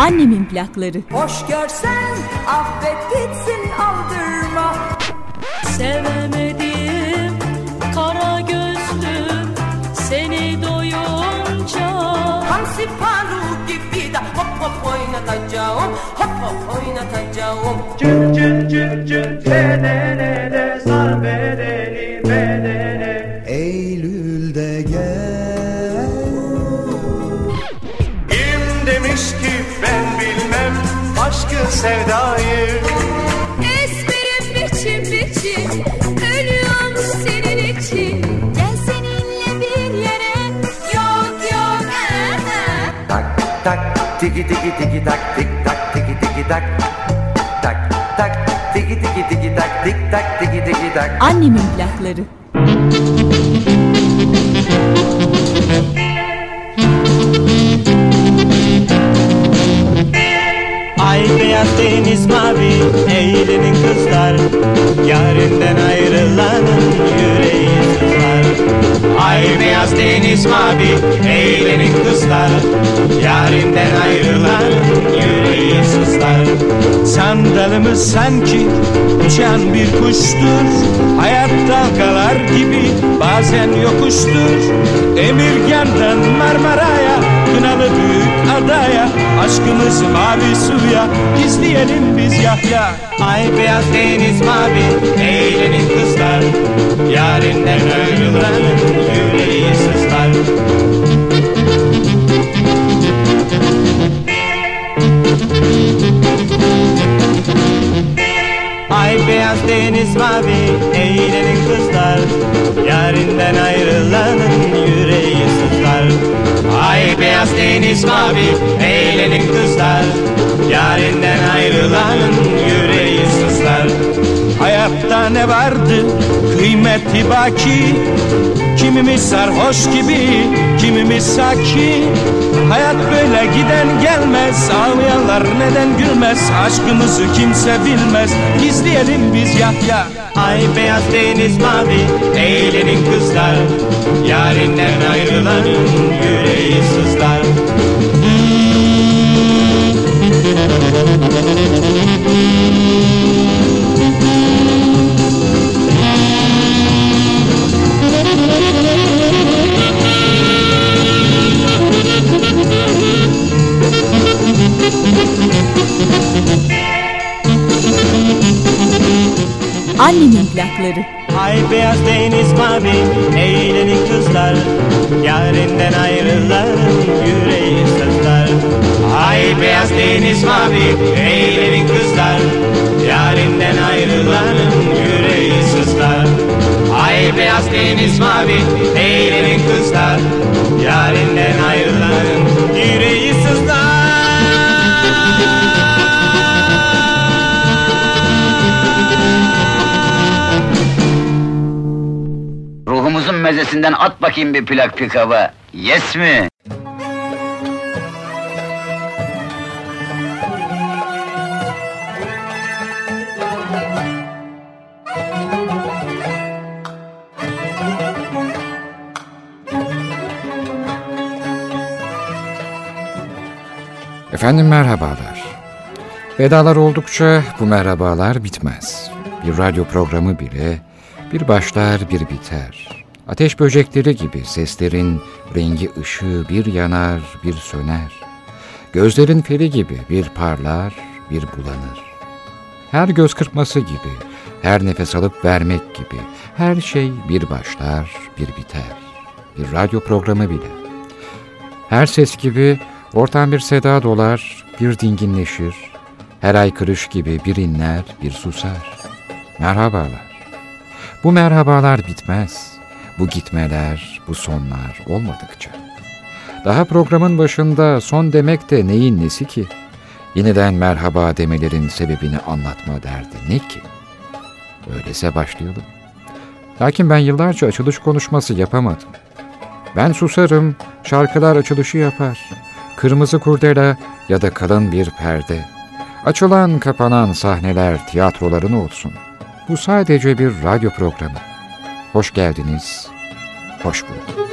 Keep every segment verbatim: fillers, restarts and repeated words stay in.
Annemin plakları. Hoş görsen affet gitsin aldırma. Sevemedim kara gözlüm seni doyunca. Hamsi palu gibi de hop hop oynatacağım, hop hop oynatacağım. Cın cın cın cın bedene de sar bedeni bedene. Eylül'de gel. Kim demiş ki ben bilmem aşkı sevdayı. Esmerim biçim biçim ölüyorum senin için. Gel seninle bir yere yok yok aha. Tak tak tiki tiki tiki tak tik tak tiki tiki tak. Tak tak tiki tiki tiki tak tik tak tiki tiki tak. Annemin plakları. Ay beyaz deniz mavi eğlenin kızlar. Yarından ayrılanın yüreği sızlar. Ay beyaz deniz mavi eğlenin kızlar. Yarından ayrılanın yüreği sızlar. Sandalımız sanki uçan bir kuştur. Hayat dalgalar gibi bazen yokuştur. Emirgan'dan Marmara'ya, Kınalı büyük adaya, aşkımızı mavi suya gizleyelim biz Yahya. Ay beyaz deniz mavi eğlenin kızlar. Yarından ayrılanın yüreği sızlar. Ay beyaz deniz mavi eğlenin kızlar. Yarından ayrılanın yüreği sızlar. Ay beyaz deniz mavi eğlenin kızlar. Yarından ayrılanın yüreği sızlar. Hayatta ne vardı kıymeti baki. Kimimiz sarhoş gibi, kimimiz sakin. Hayat böyle giden gelmez. Ağlayanlar neden gülmez? Aşkımızı kimse bilmez. Gizleyelim biz Yahya. Ay beyaz deniz mavi eğlenin kızlar. Yarından ayrılanın yüreği sızlar. Annemin plakları. Ay beyaz deniz mavi eğlenin kızlar. Yarından ayrılanın yüreği sızlar. Ay beyaz deniz mavi eğlenin kızlar. Yarından ayrılanın yüreği sızlar. Ay beyaz deniz mavi eğlenin kızlar. Yarından ayrılanın yüreği sızlar. Ruhumuzun mezesinden at bakayım bir plak pikava. Yes mi? Efendim merhabalar. Vedalar oldukça bu merhabalar bitmez. Bir radyo programı bile bir başlar bir biter. Ateş böcekleri gibi seslerin rengi ışığı bir yanar bir söner. Gözlerin feri gibi bir parlar bir bulanır. Her göz kırpması gibi, her nefes alıp vermek gibi her şey bir başlar bir biter. Bir radyo programı bile. Her ses gibi ortam bir seda dolar, bir dinginleşir. Her aykırış gibi bir inler bir susar. Merhabalar. Bu merhabalar bitmez. Bu gitmeler, bu sonlar olmadıkça. Daha programın başında son demek de neyin nesi ki? Yeniden merhaba demelerin sebebini anlatma derdi ne ki? Öyleyse başlayalım. Lakin ben yıllarca açılış konuşması yapamadım. Ben susarım, şarkılar açılışı yapar. Kırmızı kurdela ya da kalın bir perde. Açılan kapanan sahneler tiyatroların olsun. Bu sadece bir radyo programı. Hoş geldiniz, hoş bulduk.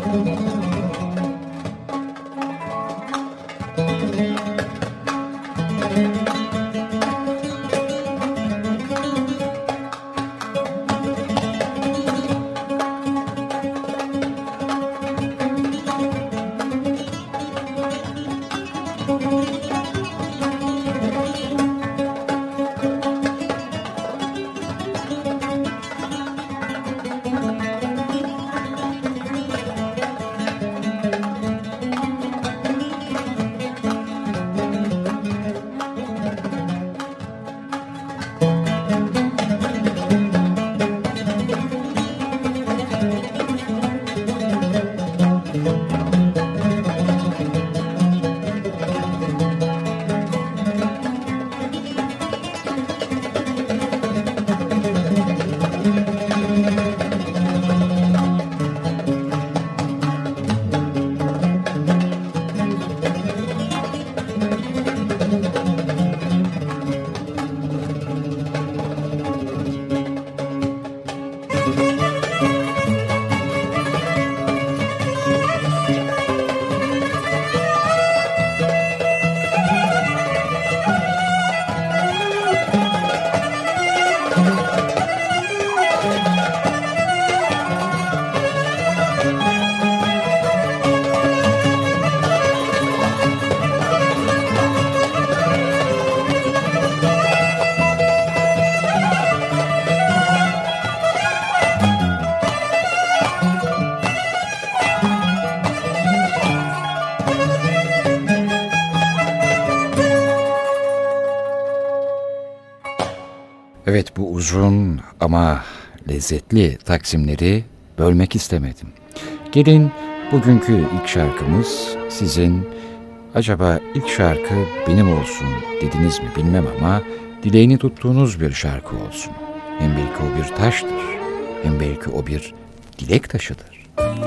Evet, bu uzun ama lezzetli taksimleri bölmek istemedim. Gelin bugünkü ilk şarkımız sizin acaba ilk şarkı benim olsun dediniz mi bilmem ama dileğini tuttuğunuz bir şarkı olsun. Hem belki o bir taştır, hem belki o bir dilek taşıdır.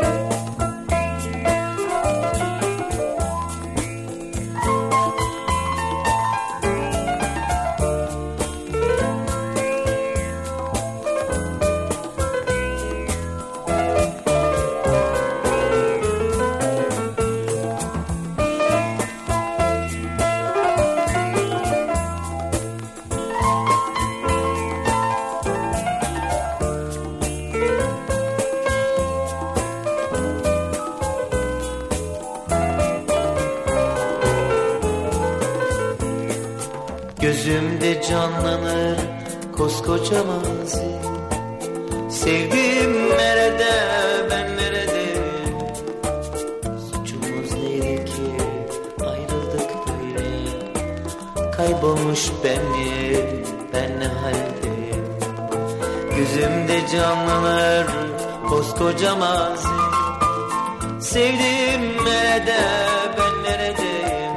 Gözümde canlanır koskoca mazi. Sevdiğim nerede, ben neredeyim? Suçumuz neydi ki ayrıldık böyle? Kaybolmuş benim, ben ne haldeyim? Gözümde canlanır koskoca mazi. Sevdiğim nerede, ben neredeyim?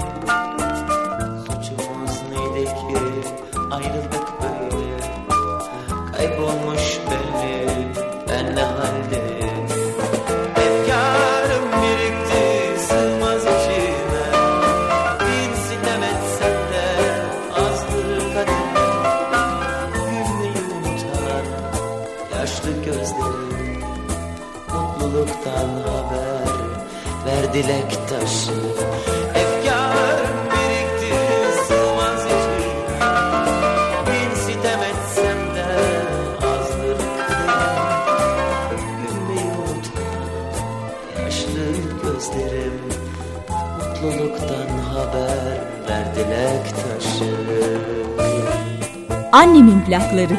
Ayrıldık böyle, kaybolmuş benim, ben ne haldeyim? Efkarım birikti, sığmaz içime. Bir sitem etsem de azdır kaderim. Gülmeyi unutan yaşlı gözlerim. Mutluluktan haber ver dilek taşı. Efkarım birikti, sığmaz içime. Gözlerim mutluluktan haber ver dilek taşı. Annemin plakları.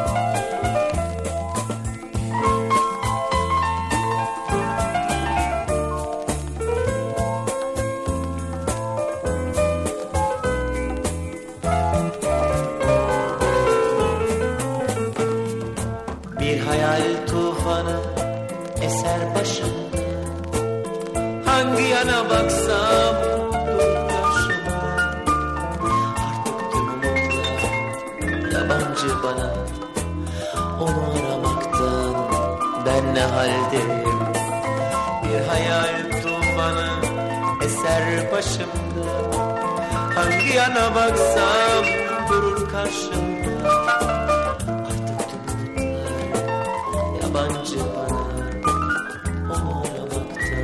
Bir hayal tufanı eser başımda. Hangi yana baksam dur karşıma. Artık tüm umutlar yabancı bana. Onu aramaktan ben ne haldeyim? Bir hayal tufanı eser başımda. Hangi yana baksam durur karşımda. Artık tüm umutlar yabancı bana. Onu aramaktan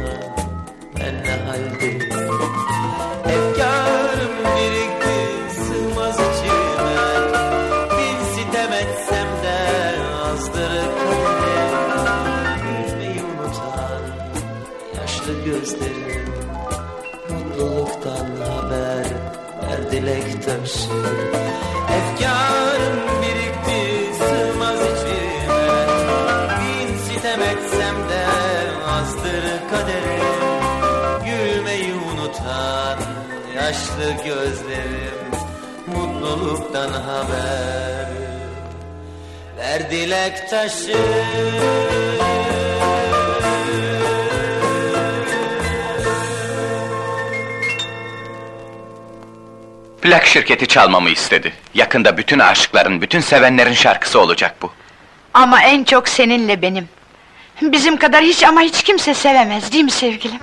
ben ne haldeyim. Efkarım birikti sığmaz içime, bin sitem etsem de azdır kaderim. Gülmeyi unutan yaşlı gözlerim, mutluluktan haber ver dilek taşı. Efkarım birikti sığmaz içime, bin sitem etsem de azdır kaderim. Gülmeyi unutan yaşlı gözlerim, mutluluktan haber ver dilek taşı. Plak şirketi çalmamı istedi. Yakında bütün aşıkların, bütün sevenlerin şarkısı olacak bu. Ama en çok seninle benim. Bizim kadar hiç ama hiç kimse sevemez, değil mi sevgilim?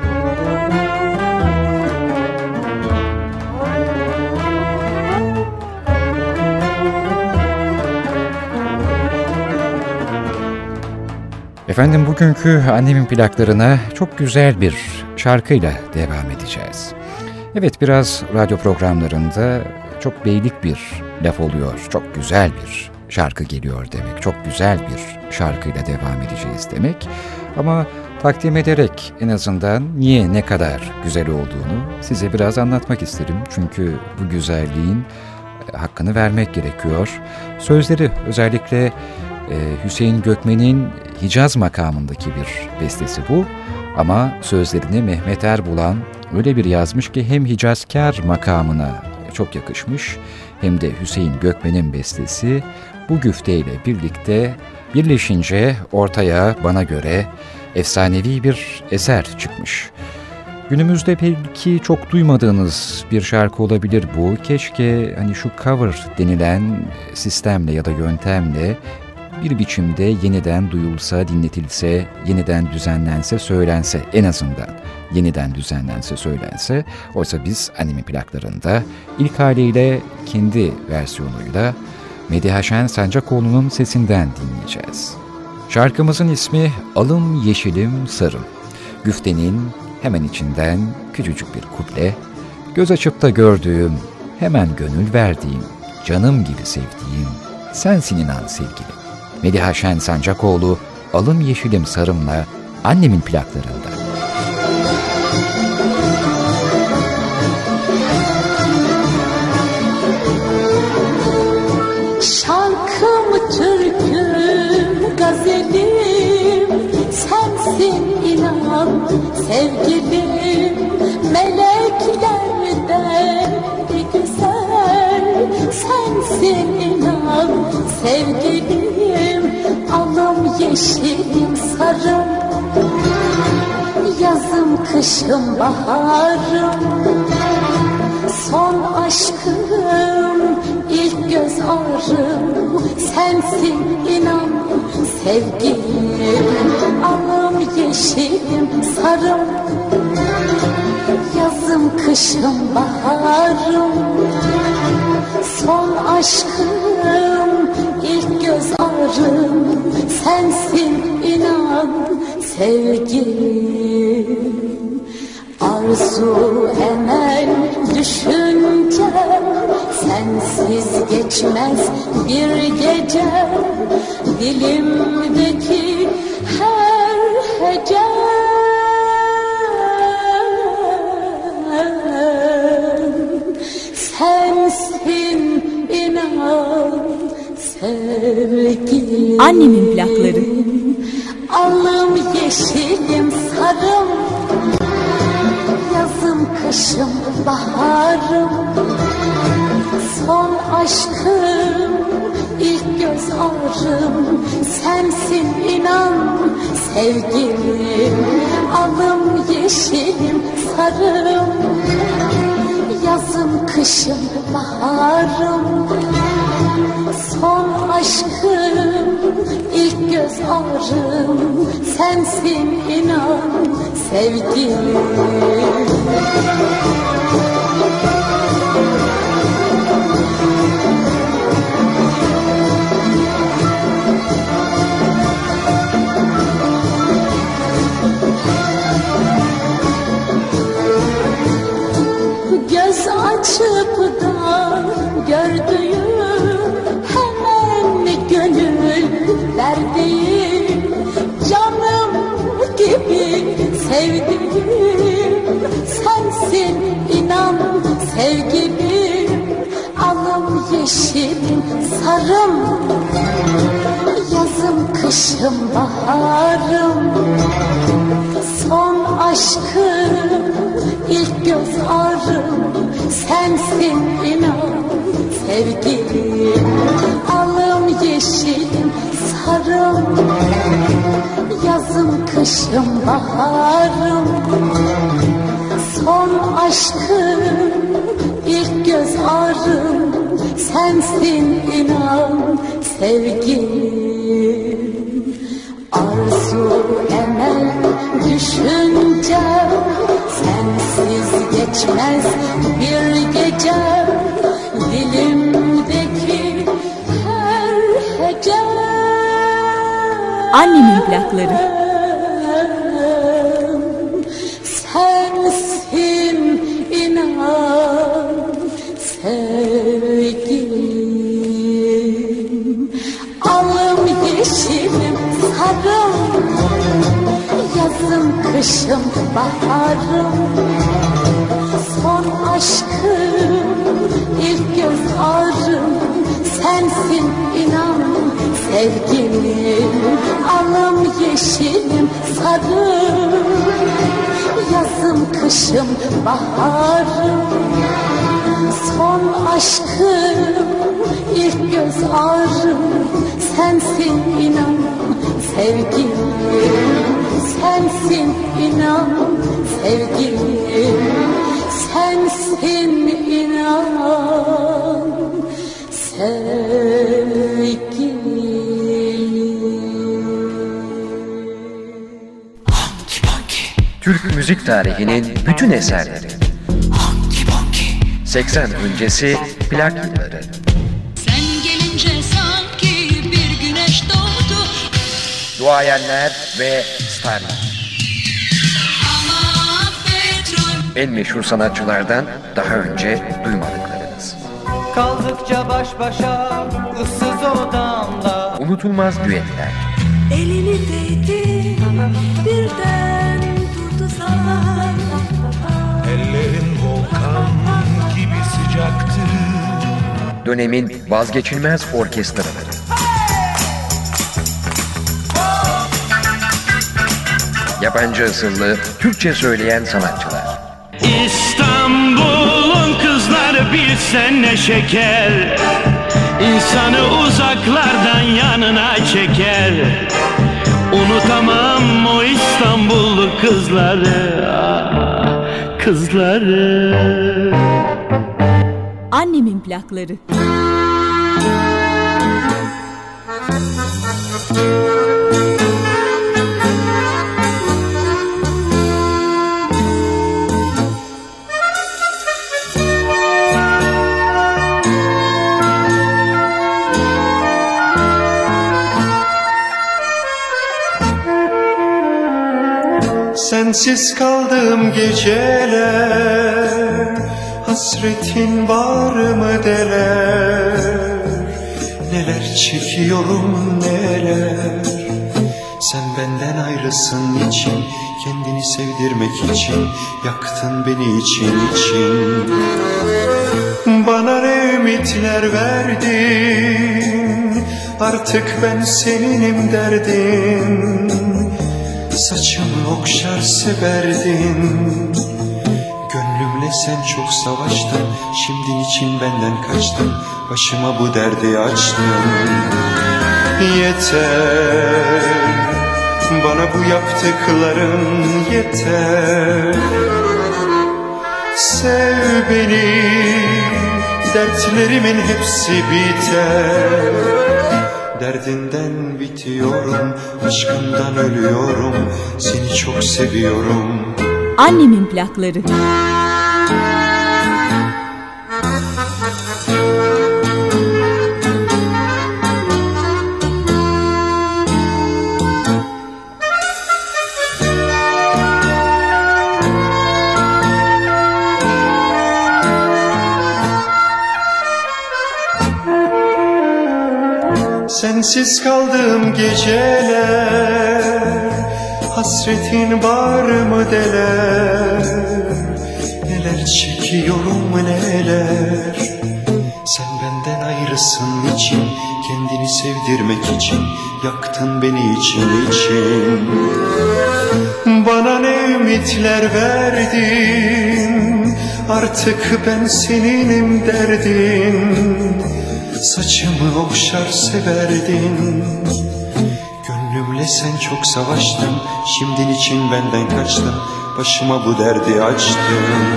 Efendim, bugünkü annemin plaklarına çok güzel bir şarkıyla devam edeceğiz. Evet, biraz radyo programlarında çok beylik bir laf oluyor. Çok güzel bir şarkı geliyor demek. Çok güzel bir şarkıyla devam edeceğiz demek. Ama takdim ederek en azından niye, ne kadar güzel olduğunu size biraz anlatmak isterim. Çünkü bu güzelliğin hakkını vermek gerekiyor. Sözleri özellikle e, Hüseyin Gökmen'in Hicaz makamındaki bir bestesi bu. Ama sözlerini Mehmet Erbulan öyle bir yazmış ki hem Hicazkar makamına çok yakışmış, hem de Hüseyin Gökmen'in bestesi bu güfteyle birlikte birleşince ortaya bana göre efsanevi bir eser çıkmış. Günümüzde belki çok duymadığınız bir şarkı olabilir bu. Keşke hani şu cover denilen sistemle ya da yöntemle bir biçimde yeniden duyulsa, dinletilse, yeniden düzenlense, söylense, en azından yeniden düzenlense, söylense. Oysa biz anime plaklarında ilk haliyle, kendi versiyonuyla Mediha Şen Sancakoğlu'nun sesinden dinleyeceğiz. Şarkımızın ismi Alım Yeşilim Sarım. Güftenin hemen içinden küçücük bir kuple, göz açıp da gördüğüm, hemen gönül verdiğim, canım gibi sevdiğim, sensin inan sevgilim. Mediha Şen Sancakoğlu, Alım Yeşilim Sarım'la annemin plaklarında. Şarkım, türküm, gazelim, sensin inan sevgilim. Meleklerden bir güzel, sensin inan sevgilim. Alım yeşilim sarım, yazım kışım baharım. Son aşkım, ilk göz ağrım, sensin inan sevgilim. Alım yeşilim sarım, yazım kışım baharım. Son aşkım, ilk göz ağrım, sensin inan sevgilim. Arzu, emel, düşünce, sensiz geçmez bir gece. Dilimdeki her hece, sensin inan sevgilim. Annemin plakları. Alım yeşilim sarım, yazım kışım baharım. Son aşkım, ilk göz ağrım, sensin inan sevgilim. Alım yeşilim sarım, yazım kışım baharım. Son aşkım, ilk göz ağrım, sensin inan sevgilim. sevdiğim sensin inan sevgilim. Alım yeşilim sarım, yazım kışım baharım. Son aşkım ilk göz ağrım sensin inan sevgilim. Alım yeşilim sarım, yazım kışım baharım. Son aşkım ilk göz ağrım sensin inan sevgilim. Arzu emel düşünce sensiz geçmez bir gece. Dilimdeki her hece Annemin plakları. Sensin inan sevgilim. Alım yeşilim sarım, yazım kışım baharım. Son aşkım ilk göz ağrım sensin inan sevgilim. Alım yeşilim sarım, yazım kışım baharım. Son aşkım ilk göz ağrım sensin inan sevgilim. Sensin inan sevgilim. Sensin inan sevgilim. Türk müzik tarihinin bütün eserleri. seksen öncesi plak yılları. Sen gelince sanki bir güneş doğdu. Duayenler ve starlar. En meşhur sanatçılardan daha önce duymadıklarınız. Kaldıkça baş başa ıssız odamda. Unutulmaz düetler. Elini değdi birden durdu zaman. Ellerin volkan gibi sıcaktı. Dönemin vazgeçilmez orkestraları. Yabancı asıllı Türkçe söyleyen sanatçılar. İstanbul'un kızları bilsen ne şeker, İnsanı uzaklardan yanına çeker. Unutamam o İstanbullu kızları, ah, kızları. Annemin plakları. Sensiz kaldığım geceler, hasretin var mı deler. Neler çekiyorum neler. Sen benden ayrısın için, kendini sevdirmek için yaktın beni için için. Bana ne ümitler verdin, artık ben seninim derdin. Saçımı okşar severdin, gönlümle sen çok savaştın. Şimdi için benden kaçtın, başıma bu derdi açtın. Yeter, bana bu yaptıkların yeter. Sev beni, dertlerimin hepsi biter. Derdinden bitiyorum, aşkından ölüyorum. Seni çok seviyorum. Annemin plakları. Sensiz kaldığım geceler, Hasretin var mı deler, neler çekiyorum neler. Sen benden ayrısın için, kendini sevdirmek için yaktın beni için için. Bana ne ümitler verdin, artık ben seninim derdin. Saçımı okşar severdin, gönlümle sen çok savaştın. Şimdin için benden kaçtın, başıma bu derdi açtın.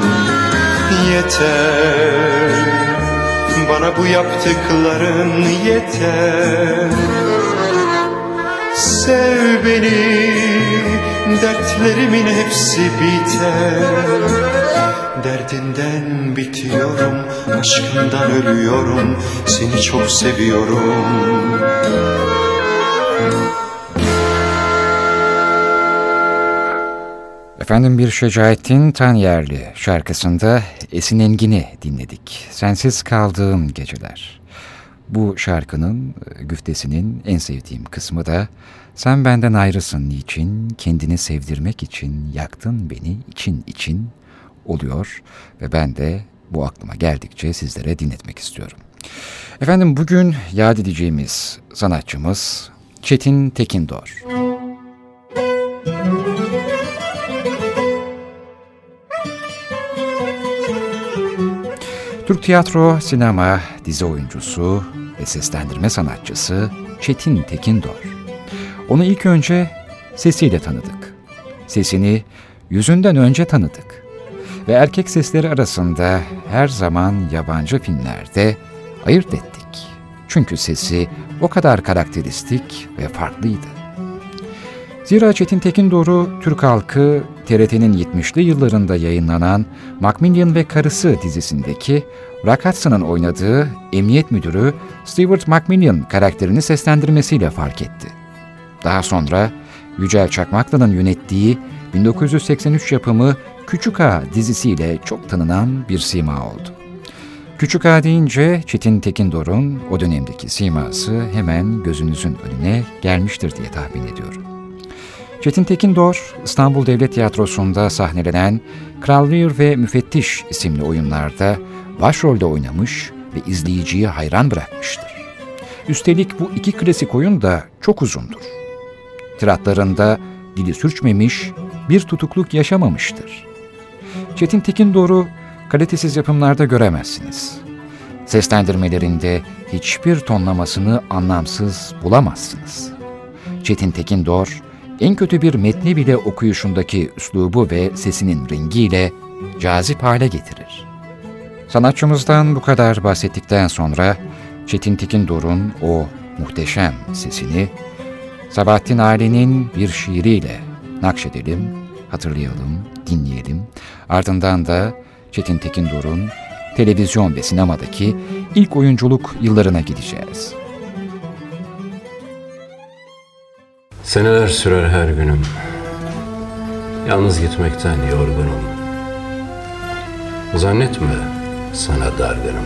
Yeter, bana bu yaptıkların yeter. Sev beni, dertlerimin hepsi biter. Derdinden bitiyorum, aşkından ölüyorum. Seni çok seviyorum. Efendim, bir Şecaettin Tanyerli şarkısında Esin Engin'i dinledik. Sensiz kaldığım geceler. Bu şarkının güftesinin en sevdiğim kısmı da sen benden ayrısın niçin, kendini sevdirmek için yaktın beni için için oluyor ve ben de bu aklıma geldikçe sizlere dinletmek istiyorum. Efendim, bugün yad edeceğimiz sanatçımız Çetin Tekindor. Türk tiyatro, sinema, dizi oyuncusu ve seslendirme sanatçısı Çetin Tekindor. Onu ilk önce sesiyle tanıdık. Sesini yüzünden önce tanıdık. Ve erkek sesleri arasında her zaman yabancı filmlerde ayırt ettik. Çünkü sesi o kadar karakteristik ve farklıydı. Zira Çetin Tekindor'u Türk halkı T R T'nin yetmişli yıllarında yayınlanan Macmillan ve Karısı dizisindeki Rock Hudson'ın oynadığı emniyet müdürü Stewart Macmillan karakterini seslendirmesiyle fark etti. Daha sonra Yücel Çakmaklı'nın yönettiği bin dokuz yüz seksen üç yapımı Küçük Ağa dizisiyle çok tanınan bir sima oldu. Küçük Ağa deyince Çetin Tekindor'un o dönemdeki siması hemen gözünüzün önüne gelmiştir diye tahmin ediyorum. Çetin Tekindor, İstanbul Devlet Tiyatrosu'nda sahnelenen Kral Lear ve Müfettiş isimli oyunlarda başrolde oynamış ve izleyiciyi hayran bırakmıştır. Üstelik bu iki klasik oyun da çok uzundur. Tiratlarında dili sürçmemiş, bir tutukluk yaşamamıştır. Çetin Tekindor'u kalitesiz yapımlarda göremezsiniz. Seslendirmelerinde hiçbir tonlamasını anlamsız bulamazsınız. Çetin Tekindor, en kötü bir metni bile okuyuşundaki üslubu ve sesinin rengiyle cazip hale getirir. Sanatçımızdan bu kadar bahsettikten sonra Çetin Tekindor'un o muhteşem sesini Sabahattin Ali'nin bir şiiriyle nakşedelim, hatırlayalım, dinleyelim. Ardından da Çetin Tekindor'un televizyon ve sinemadaki ilk oyunculuk yıllarına gideceğiz. Seneler sürer her günüm, yalnız gitmekten yorgunum. Zannetme sana dargınım,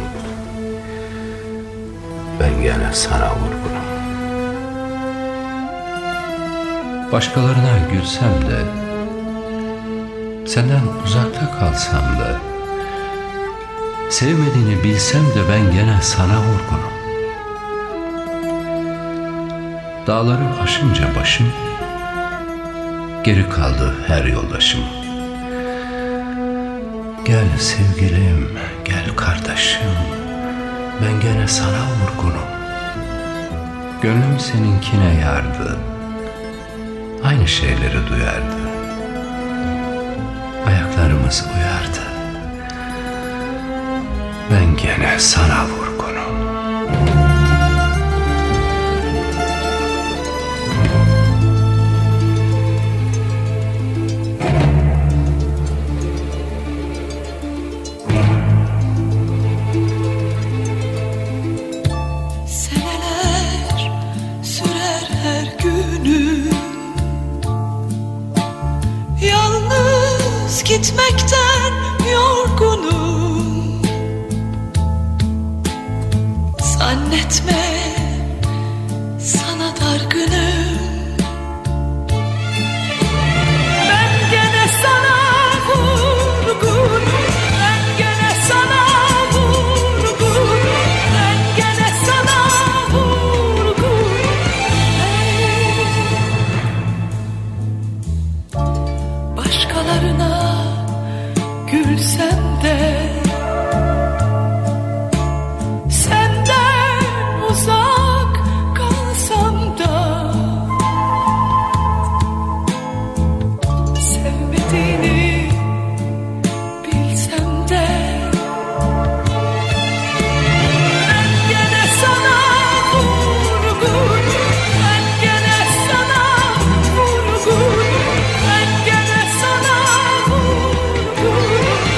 ben gene sana vurgunum. Başkalarına gülsem de, senden uzakta kalsam da, sevmediğini bilsem de ben gene sana vurgunum. Dağları aşınca başım, geri kaldı her yoldaşım. Gel sevgilim, gel kardeşim, ben gene sana vurgunum. Gönlüm seninkine yardı, aynı şeyleri duyardı. Ayaklarımız uyardı, ben gene sana vurgunum. Gitmekten yorgunum. Zannetme sana dargınım. gülsem de senden uzak kalsam da sevmediğini bilsem de ben gene sana vurgun, ben gene sana vurgun, ben gene sana vurgun.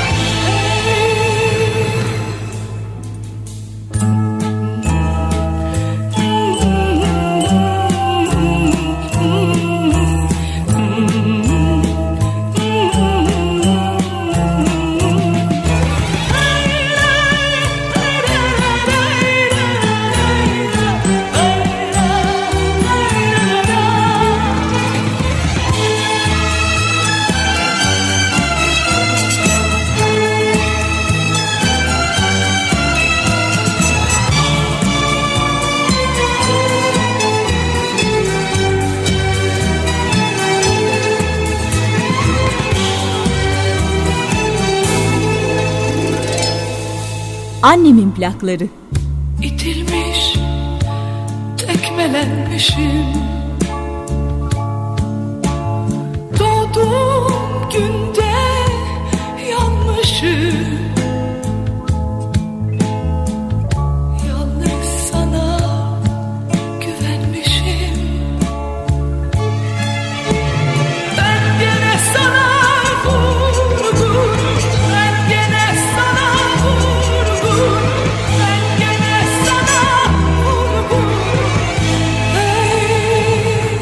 Annemin plakları. İtilmiş, tekmelenmişim. Doğduğum günde yanmışım. Yalnız sana güvenmişim. Ben gene sana vurgun, ben gene sana vurgun, ben gene sana vurgun. Hey,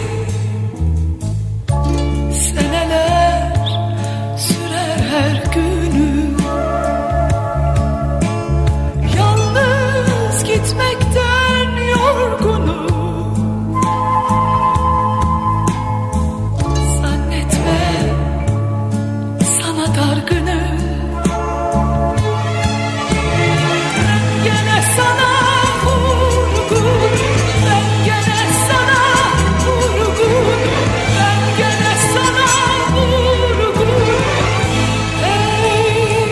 seneler sürer her günüm. Yalnız gitmekten yorgunum. Zannetme sana dargınım. Ben gene sana vurgun, ben gene sana vurgun, ben gene sana vurgun. Hey.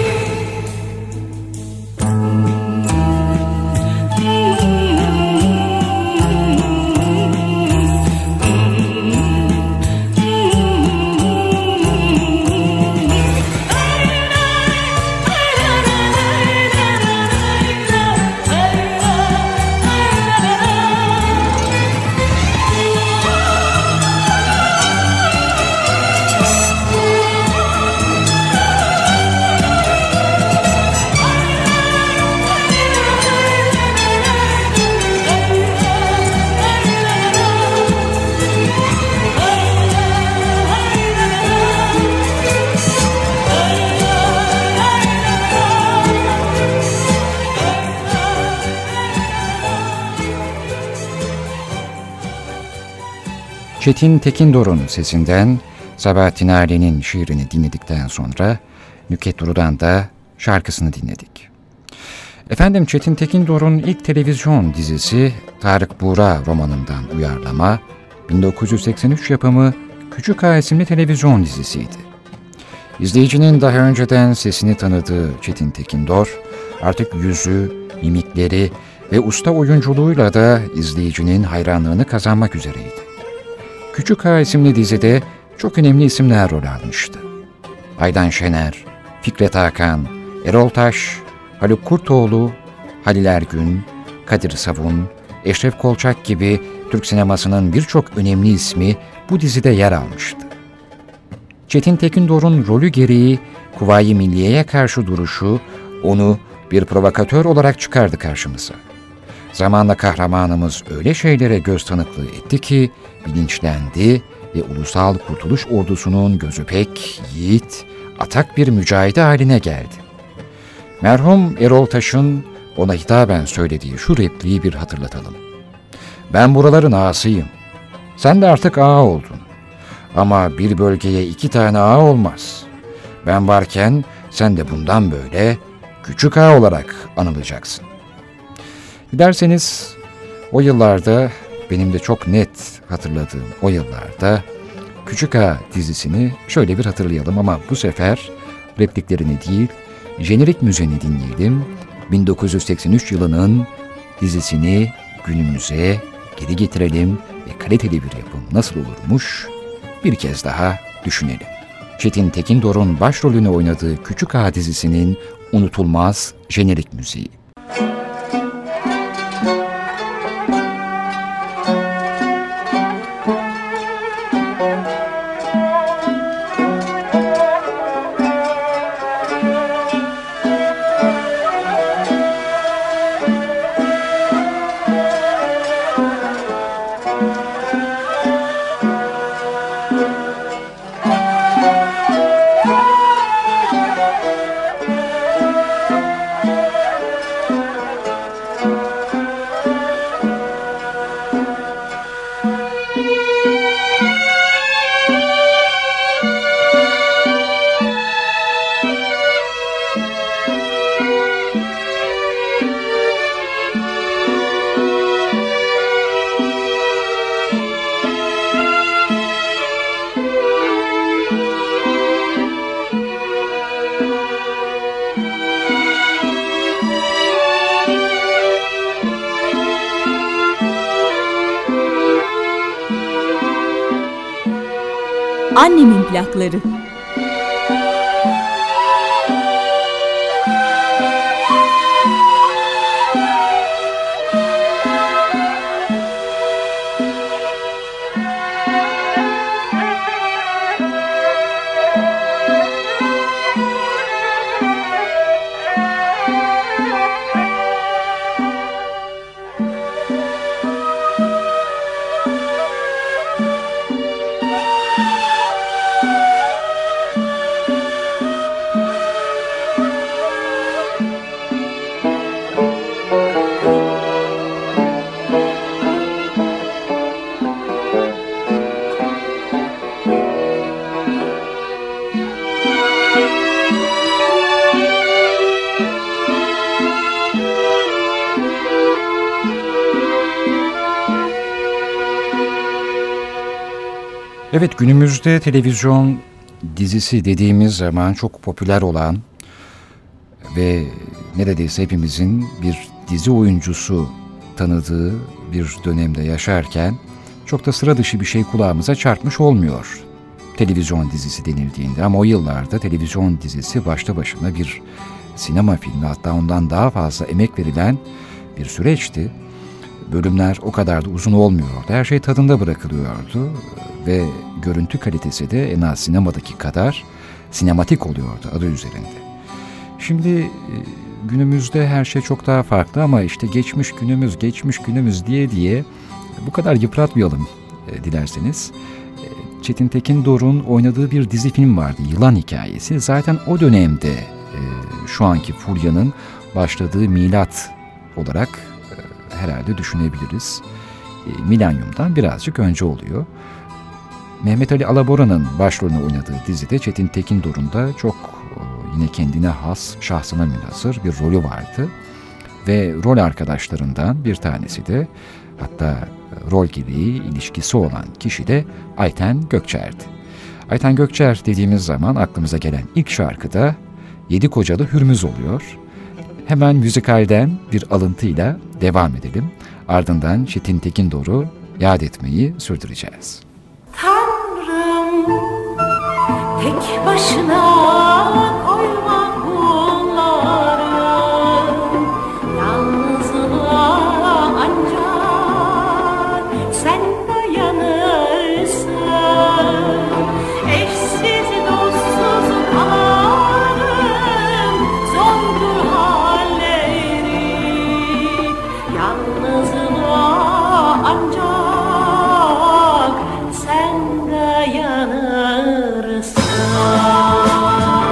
Çetin Tekindor'un sesinden Sabahattin Ali'nin şiirini dinledikten sonra Nükhet Duru'dan da şarkısını dinledik. Efendim, Çetin Tekindor'un ilk televizyon dizisi Tarık Buğra romanından uyarlama, bin dokuz yüz seksen üç yapımı Küçük Ağa isimli televizyon dizisiydi. İzleyicinin daha önceden sesini tanıdığı Çetin Tekindor, artık yüzü, mimikleri ve usta oyunculuğuyla da izleyicinin hayranlığını kazanmak üzereydi. Küçük Ağa isimli dizide çok önemli isimler rol almıştı. Aydan Şener, Fikret Hakan, Erol Taş, Haluk Kurtoğlu, Halil Ergün, Kadir Savun, Eşref Kolçak gibi Türk sinemasının birçok önemli ismi bu dizide yer almıştı. Çetin Tekindor'un rolü gereği Kuvayi Milliye'ye karşı duruşu onu bir provokatör olarak çıkardı karşımıza. Zamanla kahramanımız öyle şeylere göz tanıklığı etti ki bilinçlendi ve Ulusal Kurtuluş Ordusu'nun gözü pek, yiğit, atak bir mücahidi haline geldi. Merhum Erol Taş'ın ona hitaben söylediği şu repliği bir hatırlatalım. Ben buraların ağasıyım. Sen de artık ağa oldun. Ama bir bölgeye iki tane ağa olmaz. Ben varken sen de bundan böyle küçük ağa olarak anılacaksın. Dilerseniz o yıllarda, benim de çok net hatırladığım o yıllarda Küçük Ağa dizisini şöyle bir hatırlayalım ama bu sefer repliklerini değil, jenerik müziğini dinleyelim. bin dokuz yüz seksen üç yılının dizisini günümüze geri getirelim ve kaliteli bir yapım nasıl olurmuş bir kez daha düşünelim. Çetin Tekindor'un başrolünü oynadığı Küçük Ağa dizisinin unutulmaz jenerik müziği. Annemin plakları. Evet, günümüzde televizyon dizisi dediğimiz zaman çok popüler olan ve neredeyse hepimizin bir dizi oyuncusu tanıdığı bir dönemde yaşarken çok da sıra dışı bir şey kulağımıza çarpmış olmuyor televizyon dizisi denildiğinde. Ama o yıllarda televizyon dizisi başta başına bir sinema filmi, hatta ondan daha fazla emek verilen bir süreçti. Bölümler o kadar da uzun olmuyordu. Her şey tadında bırakılıyordu ve görüntü kalitesi de en az sinemadaki kadar sinematik oluyordu adı üzerinde. Şimdi günümüzde her şey çok daha farklı ama işte geçmiş günümüz, geçmiş günümüz diye diye bu kadar yıpratmayalım e, dilerseniz. E, Çetin Tekindor'un oynadığı bir dizi film vardı, Yılan Hikayesi. Zaten o dönemde e, şu anki furyanın başladığı milat olarak e, herhalde düşünebiliriz. E, milenyumdan birazcık önce oluyor. Mehmet Ali Alabora'nın başrolünü oynadığı dizide Çetin Tekindor'un da çok yine kendine has, şahsına münhasır bir rolü vardı. Ve rol arkadaşlarından bir tanesi de, hatta rol gereği ilişkisi olan kişi de Ayten Gökçer'di. Ayten Gökçer dediğimiz zaman aklımıza gelen ilk şarkı da Yedi Kocalı Hürmüz oluyor. Hemen müzikalden bir alıntıyla devam edelim. Ardından Çetin Tekindor'u yad etmeyi sürdüreceğiz. Tanrım, tek başına koyma kulları, yalnızlığa ancak sen dayanırsın. Eşsiz dostsuz kalanım, zordur halleri, yalnızlığa ancak sen dayanırsın.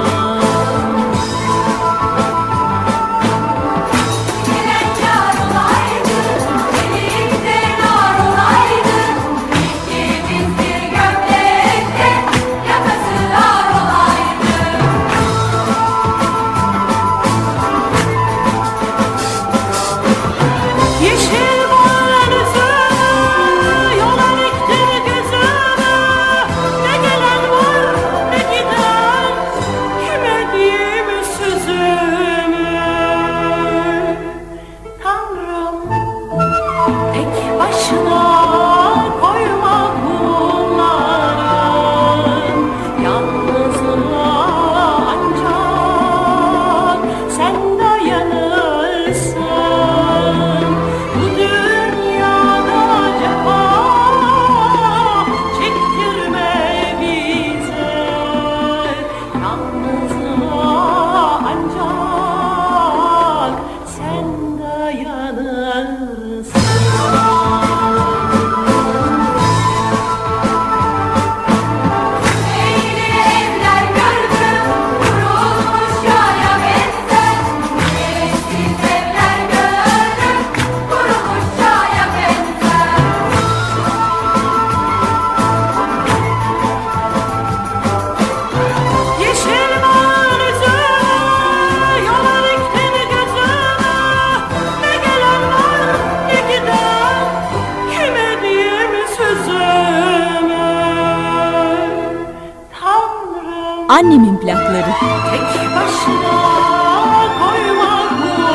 Annemin plakları. Tek başına koyma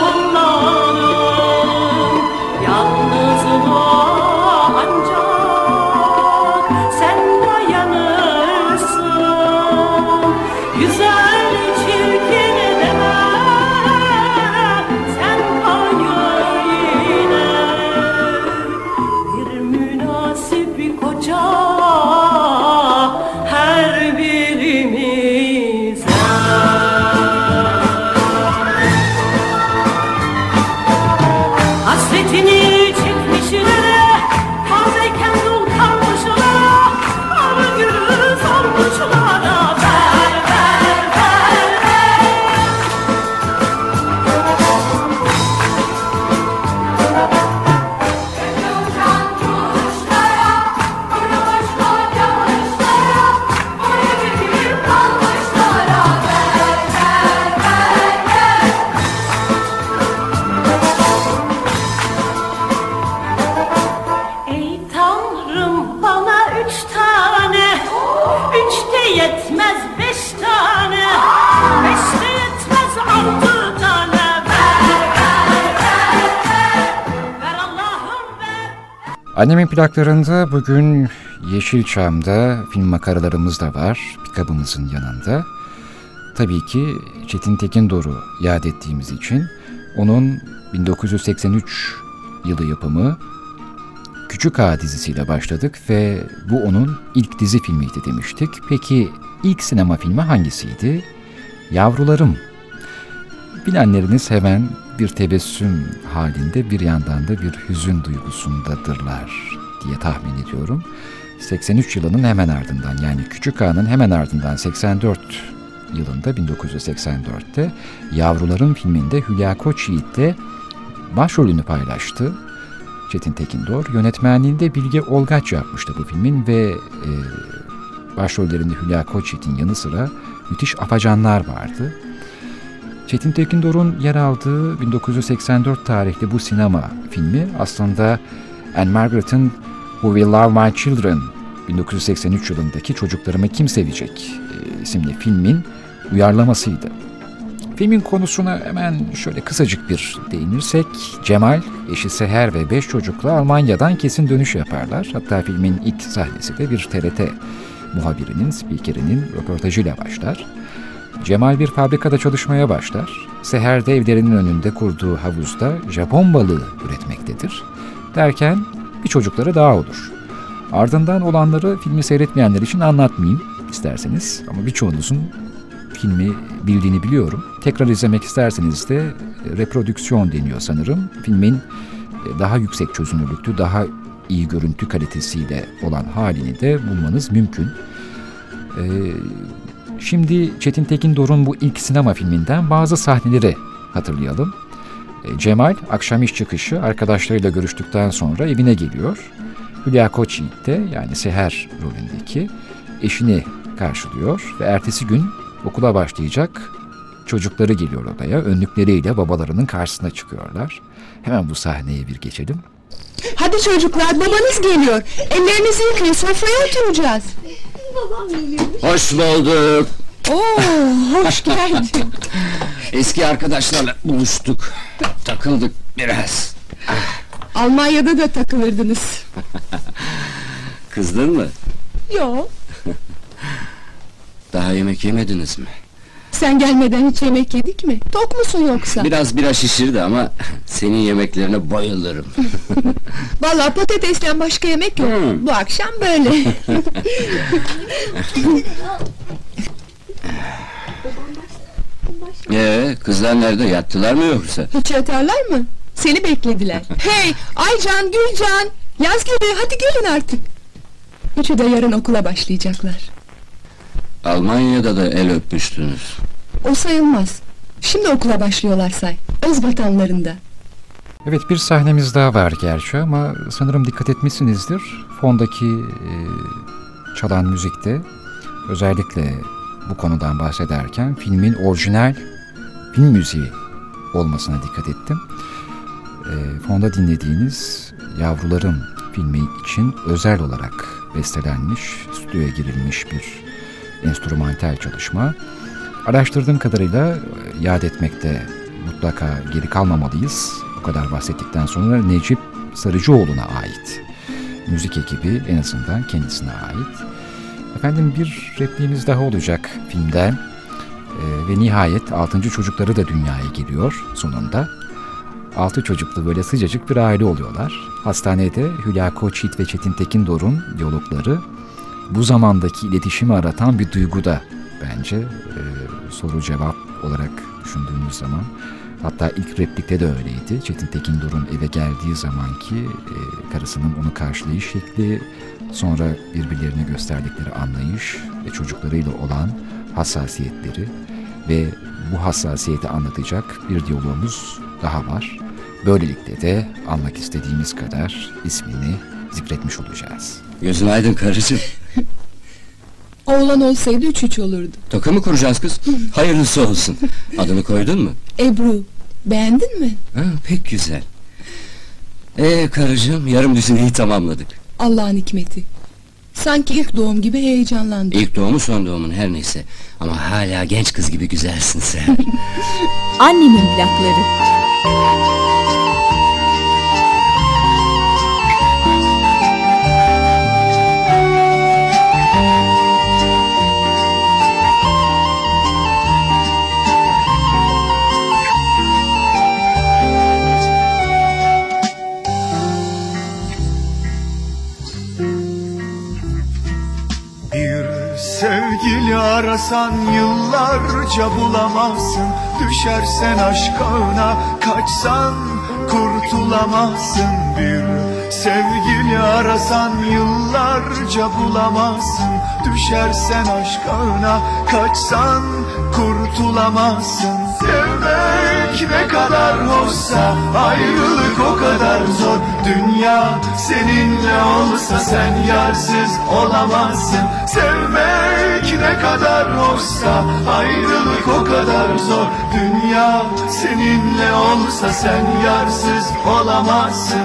kullarım, yalnızlığa ancak sen dayanırsın. Güzel çirkin deme, sen hayır yine bir münasip koca her birimize. Hasretini çekmişlere, tazeyken dul kalmışlara, arı gülü sarmışlara ver, ver, ver, ver. Uçan kuşlara, kurumuş kocamışlara, boyu bükük kalmışlara ver, ver, ver, ver. Ey Tanrım, bana üç tane, üç de yetmez beş tane, beş de yetmez altı tane ver, ver, ver, ver. Ver Allah'ım ver. Annemin plaklarında bugün Yeşilçam'da film makaralarımız da var, pikabımızın yanında. Tabii ki Çetin Tekindor'u yad ettiğimiz için onun bin dokuz yüz seksen üç yılı yapımı Küçük Ağa dizisiyle başladık ve bu onun ilk dizi filmiydi demiştik. Peki ilk sinema filmi hangisiydi? Yavrularım. Bilenleriniz hemen bir tebessüm halinde, bir yandan da bir hüzün duygusundadırlar diye tahmin ediyorum. seksen üç yılının hemen ardından, yani Küçük Ağa'nın hemen ardından seksen dört yılında, bin dokuz yüz seksen dörtte Yavrularım filminde Hülya Koçyiğit'le başrolünü paylaştı Çetin Tekindor. Yönetmenliğinde Bilge Olgaç yapmıştı bu filmin ve e, başrollerinde Hülya Koçyiğit'in yanı sıra müthiş afacanlar vardı. Çetin Tekindor'un yer aldığı bin dokuz yüz seksen dört tarihli bu sinema filmi aslında Anne Margaret'ın Who Will Love My Children bin dokuz yüz seksen üç yılındaki Çocuklarımı Kim Sevecek isimli filmin uyarlamasıydı. Filmin konusuna hemen şöyle kısacık bir değinirsek, Cemal, eşi Seher ve beş çocukla Almanya'dan kesin dönüş yaparlar. Hatta filmin ilk sahnesi de bir T R T muhabirinin, spikerinin röportajıyla başlar. Cemal bir fabrikada çalışmaya başlar. Seher de evlerinin önünde kurduğu havuzda Japon balığı üretmektedir. Derken bir çocukları daha olur. Ardından olanları filmi seyretmeyenler için anlatmayayım isterseniz, ama birçoğunuzun filmi bildiğini biliyorum. Tekrar izlemek isterseniz de reprodüksiyon deniyor sanırım. Filmin daha yüksek çözünürlüklü, daha iyi görüntü kalitesiyle olan halini de bulmanız mümkün. Ee, şimdi Çetin Tekindor'un bu ilk sinema filminden bazı sahneleri hatırlayalım. Ee, Cemal akşam iş çıkışı arkadaşlarıyla görüştükten sonra evine geliyor. Hülya Koçyiğit de, yani Seher rolündeki eşini karşılıyor ve ertesi gün okula başlayacak çocukları geliyor odaya. Önlükleriyle babalarının karşısına çıkıyorlar. Hemen bu sahneye bir geçelim. Hadi çocuklar, babanız geliyor. Ellerinizi yıkayın, sofraya oturacağız. Babam geliyormuş. Hoş bulduk. Oo, hoş geldin. Eski arkadaşlarla buluştuk. Takıldık biraz. Almanya'da da takılırdınız. Kızdın mı? Yok. Daha yemek yemediniz mi? Sen gelmeden hiç yemek yedik mi? Tok musun yoksa? Biraz bira şişirdi ama senin yemeklerine bayılırım. Vallahi patatesten başka yemek yok. Hmm. Bu akşam böyle. Ee, kızlar nerede? Yattılar mı yoksa? Hiç yatarlar mı? Seni beklediler. Hey, Aycan, Gülcan! Yaz geliyor, hadi gelin artık. Üçü de yarın okula başlayacaklar. Almanya'da da el öpmüştünüz. O sayılmaz. Şimdi okula başlıyorlar say. Öz vatanlarında. Evet, bir sahnemiz daha var gerçi ama sanırım dikkat etmişsinizdir. Fondaki e, çalan müzikte özellikle bu konudan bahsederken filmin orijinal film müziği olmasına dikkat ettim. E, fonda dinlediğiniz Yavrularım filmi için özel olarak bestelenmiş, stüdyoya girilmiş bir enstrümantal çalışma. Araştırdığım kadarıyla yad etmekte mutlaka geri kalmamalıyız. Bu kadar bahsettikten sonra Necip Sarıcıoğlu'na ait müzik ekibi, en azından kendisine ait. Efendim, bir repliğimiz daha olacak filmden ee, ve nihayet altıncı çocukları da dünyaya geliyor sonunda. Altı çocuklu böyle sıcacık bir aile oluyorlar. Hastanede Hülya Koçyiğit ve Çetin Tekindor'un diyalogları bu zamandaki iletişimi aratan bir duygu da bence e, soru cevap olarak düşündüğümüz zaman. Hatta ilk replikte de öyleydi. Çetin Tekindor'un eve geldiği zamanki e, karısının onu karşılayış şekli, sonra birbirlerine gösterdikleri anlayış ve çocuklarıyla olan hassasiyetleri ve bu hassasiyeti anlatacak bir diyalogumuz daha var. Böylelikle de anmak istediğimiz kadar ismini zikretmiş olacağız. Gözün aydın karıcığım. Oğlan olsaydı üç üç olurdu. Toka mı kuracağız kız? Hayırlısı olsun. Adını koydun mu? Ebru. Beğendin mi? Ha, pek güzel. Ee karıcığım, yarım düzineyi tamamladık. Allah'ın hikmeti. Sanki ilk doğum gibi heyecanlandım. İlk doğumu son doğumun her neyse. Ama hala genç kız gibi güzelsin sen. Annemin plakları. Sevgili arasan yıllarca bulamazsın. Düşersen aşk ağına kaçsan kurtulamazsın. Bir sevgili arasan yıllarca bulamazsın. Düşersen aşk ağına kaçsan kurtulamazsın. Sevmek ne kadar hoşsa ayrılık o kadar zor. Dünya seninle olsa sen yarsız olamazsın. Sevmek ne kadar hoşsa ayrılık o kadar zor. Dünya seninle olsa sen yarsız olamazsın.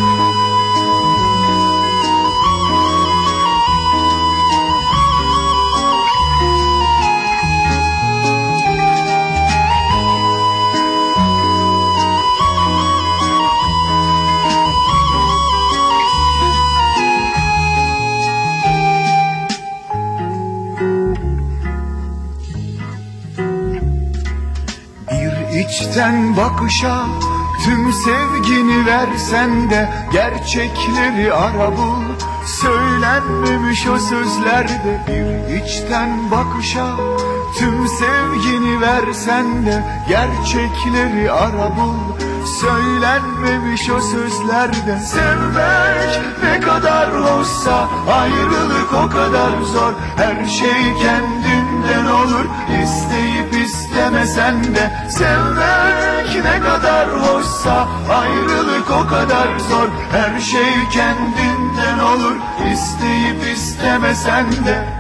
İçten bakışa tüm sevgini versen de gerçekleri ara bul. Söylenmemiş o sözlerde. Bir içten bakışa tüm sevgini versen de gerçekleri ara bul. Söylenmemiş o sözlerde. Sevmek ne kadar hoşsa ayrılık o kadar zor. Her şey kendinden olur, isteyip istemesen de. Sevmek ne kadar hoşsa ayrılık o kadar zor. Her şey kendinden olur, isteyip istemesen de.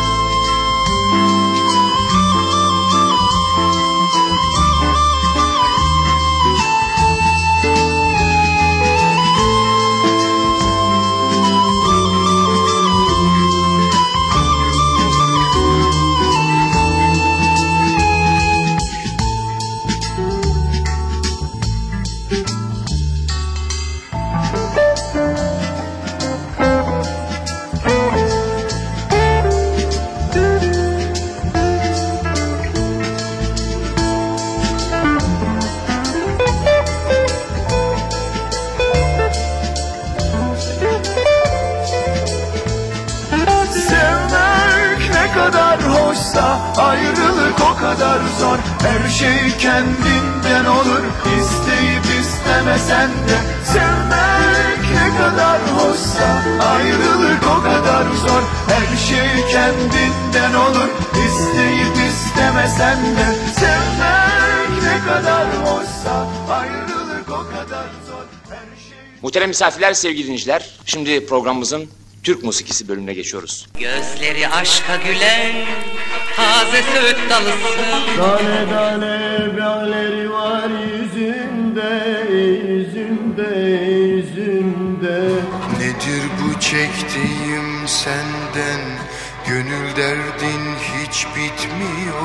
Ayrılık o kadar zor. Her şey kendinden olur, isteyip istemesen de. Sevmek ne kadar hoşsa ayrılık o kadar zor. Her şey kendinden olur, isteyip istemesen de. Sevmek ne kadar hoşsa ayrılık o kadar zor. Her şey... Muhterem misafirler, sevgili dinleyiciler, şimdi programımızın Türk musikisi bölümüne geçiyoruz. Gözleri aşka gülen taze söğüt dalısın. Tane tane bağları var yüzünde, yüzünde, yüzünde. Nedir bu çektiğim senden, gönül derdin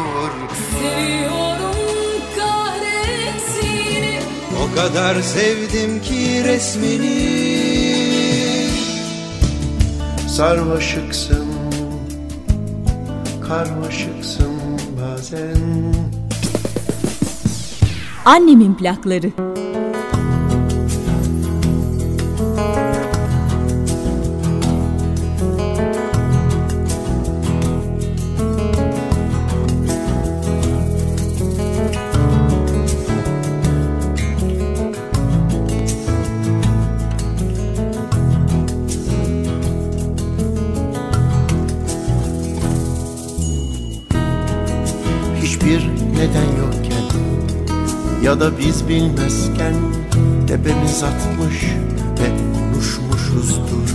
Seviyorum kahretsin. O kadar sevdim ki resmini. Sarmaşıksın, karmaşıksın bazen. Annemin plakları. Hiçbir neden yokken ya da biz bilmezken tepemiz atmış ve konuşmuşuzdur.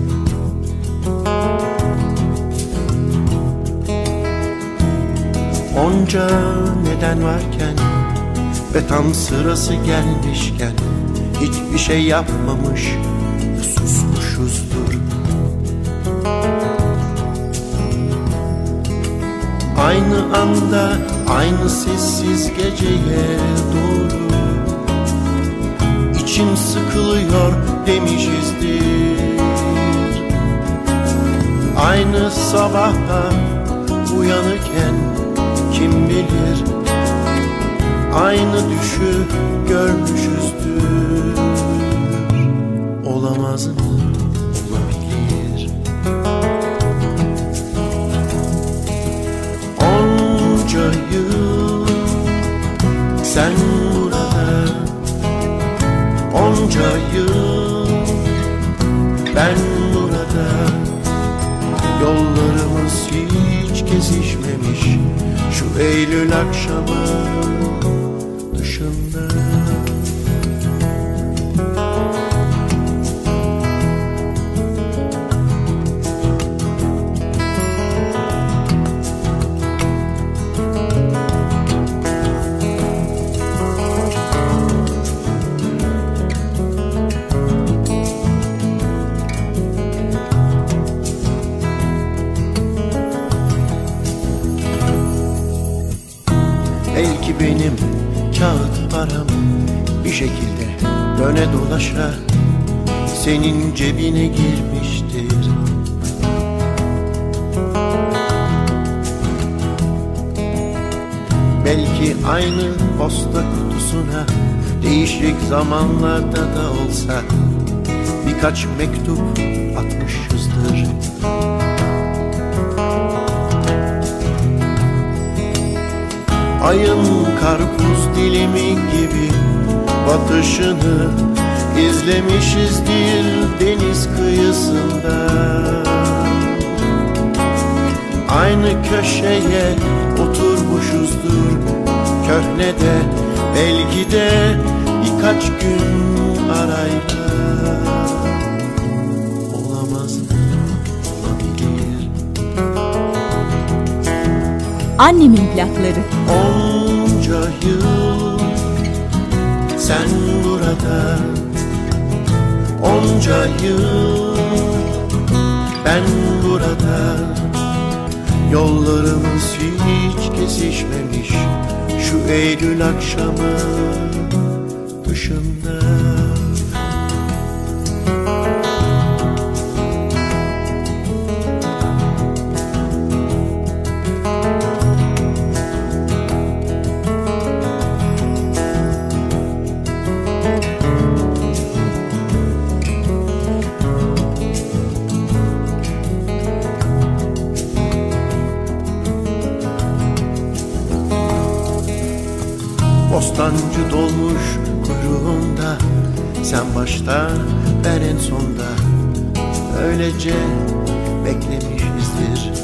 Onca neden varken ve tam sırası gelmişken hiçbir şey yapmamış ve susmuşuzdur. Aynı anda, aynı sessiz geceye doğru İçim sıkılıyor demişizdir. Aynı sabaha uyanırken kim bilir aynı düşü görmüşüzdür. Olamaz mı? Olabilir. Onca yıl sen burada, onca yıl ben burada. Yollarımız hiç kesişmemiş şu Eylül akşamı dışında. Belki benim kağıt param bir şekilde döne dolaşa senin cebine girmiştir. Belki aynı posta kutusuna değişik zamanlarda da olsa birkaç mektup atmışızdır. Ayın karpuz dilimi gibi batışını izlemişizdir deniz kıyısında. Aynı köşeye oturmuşuzdur köhnede, belki de birkaç gün arayla. Olamaz mı? Olabilir. Annemin plakları. Onca yıl sen burada, onca yıl ben burada. Yollarımız hiç kesişmemiş şu Eylül akşamı dışında. Bostancı dolmuş kuyruğunda, sen başta ben en sonda, öylece beklemişizdir.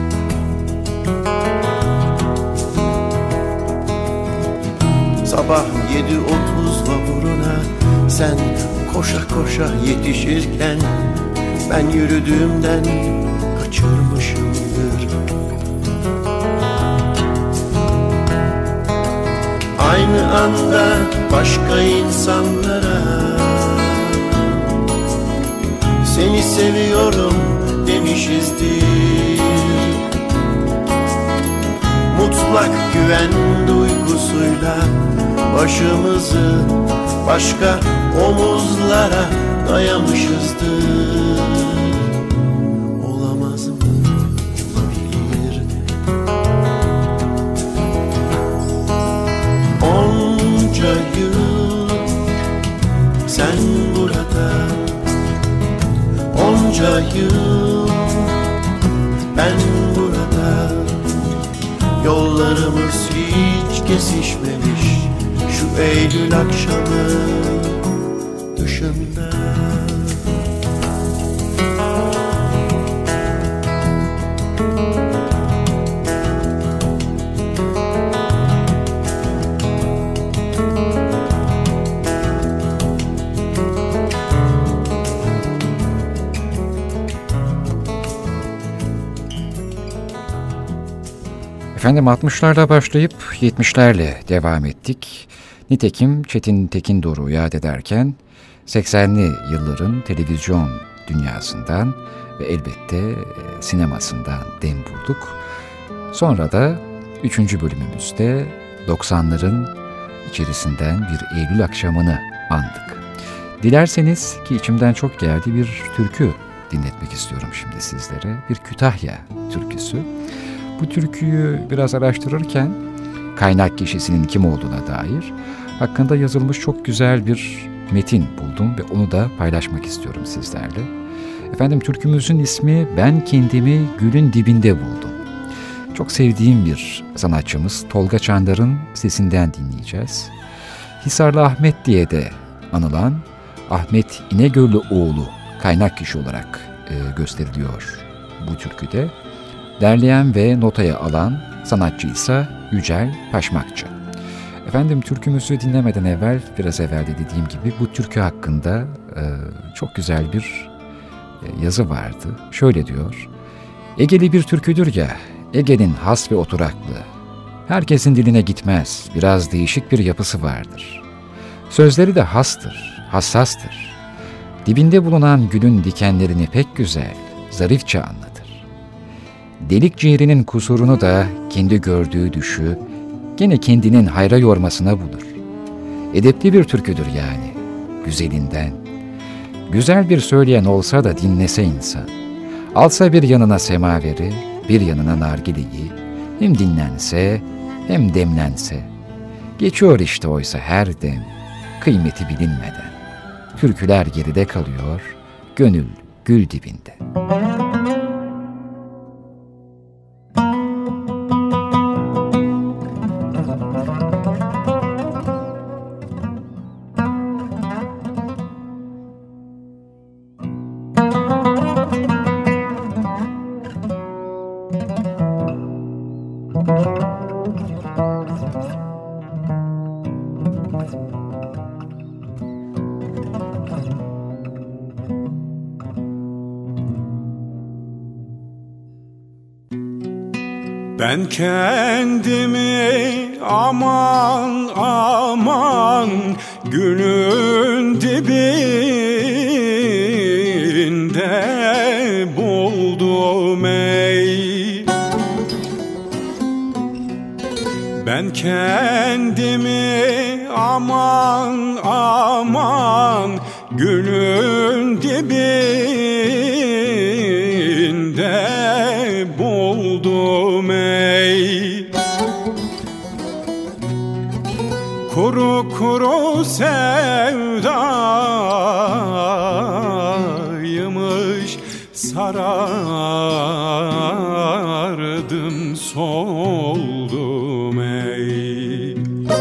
Sabah yedi otuz vapuruna sen koşa koşa yetişirken ben yürüdüğümden kaçırmışımdır. Aynı anda başka insanlara seni seviyorum demişizdir. mutlak güven duygusuyla başımızı başka omuzlara dayamışızdır. Olamaz mı? Olabilir. Onca yıl sen burada, onca yıl ben burada. Yollarımız hiç kesişmemiş şu Eylül akşamı dışında. Efendim altmışlarla başlayıp yetmişlerle devam ettik. Nitekim Çetin Tekindor'u yad ederken seksenli yılların televizyon dünyasından ve elbette sinemasından dem vurduk. Sonra da üçüncü bölümümüzde doksanların içerisinden bir Eylül akşamını andık. Dilerseniz ki içimden çok geldi bir türkü dinletmek istiyorum şimdi sizlere. Bir Kütahya türküsü. Bu türküyü biraz araştırırken kaynak kişisinin kim olduğuna dair hakkında yazılmış çok güzel bir metin buldum ve onu da paylaşmak istiyorum sizlerle. Efendim türkümüzün ismi Ben Kendimi Gülün Dibinde Buldum. Çok sevdiğim bir sanatçımız Tolga Çandar'ın sesinden dinleyeceğiz. Hisarlı Ahmet diye de anılan Ahmet İnegöllü oğlu kaynak kişi olarak e, gösteriliyor bu türküde. Derleyen ve notaya alan sanatçı ise Yücel Paşmakçı. Efendim türkümüzü dinlemeden evvel, biraz evvel de dediğim gibi bu türkü hakkında e, çok güzel bir e, yazı vardı. Şöyle diyor: Egeli bir türküdür ya, Ege'nin has ve oturaklı. Herkesin diline gitmez, biraz değişik bir yapısı vardır. Sözleri de hastır, hassastır. Dibinde bulunan gülün dikenlerini pek güzel, zarifçe anlatır. Delik ciğerinin kusurunu da kendi gördüğü düşü gene kendinin hayra yormasına bulur. Edepli bir türküdür yani, güzelinden. Güzel bir söyleyen olsa da dinlese insan. Alsa bir yanına semaveri, bir yanına nargileyi, hem dinlense hem demlense. Geçiyor işte oysa her dem, kıymeti bilinmeden. Türküler geride kalıyor, gönül gül dibinde. Ben kendimi aman aman gülün dibinde buldum ey. Ben kendimi aman aman gülün dibinde buldum ey. Kuru kuru sevdaymış sarardım soldum ey.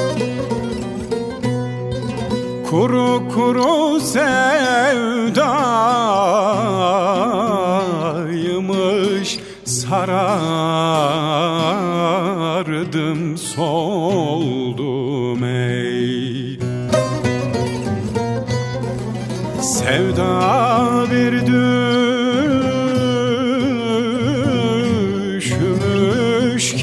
Kuru kuru sevdaymış sarardım soldum ey. Sevda bir düşmüş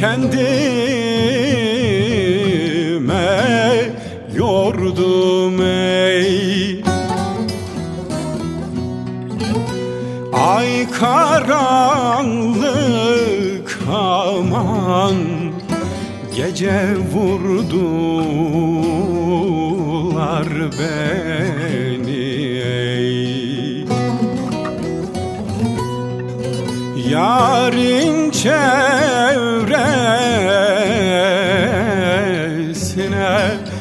kendime yordum ey. Ay karanlık aman gece vurdular beni ey. Yarın çevresine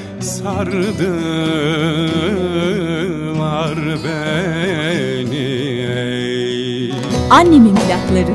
sardılar beni ey. Annemin plakları.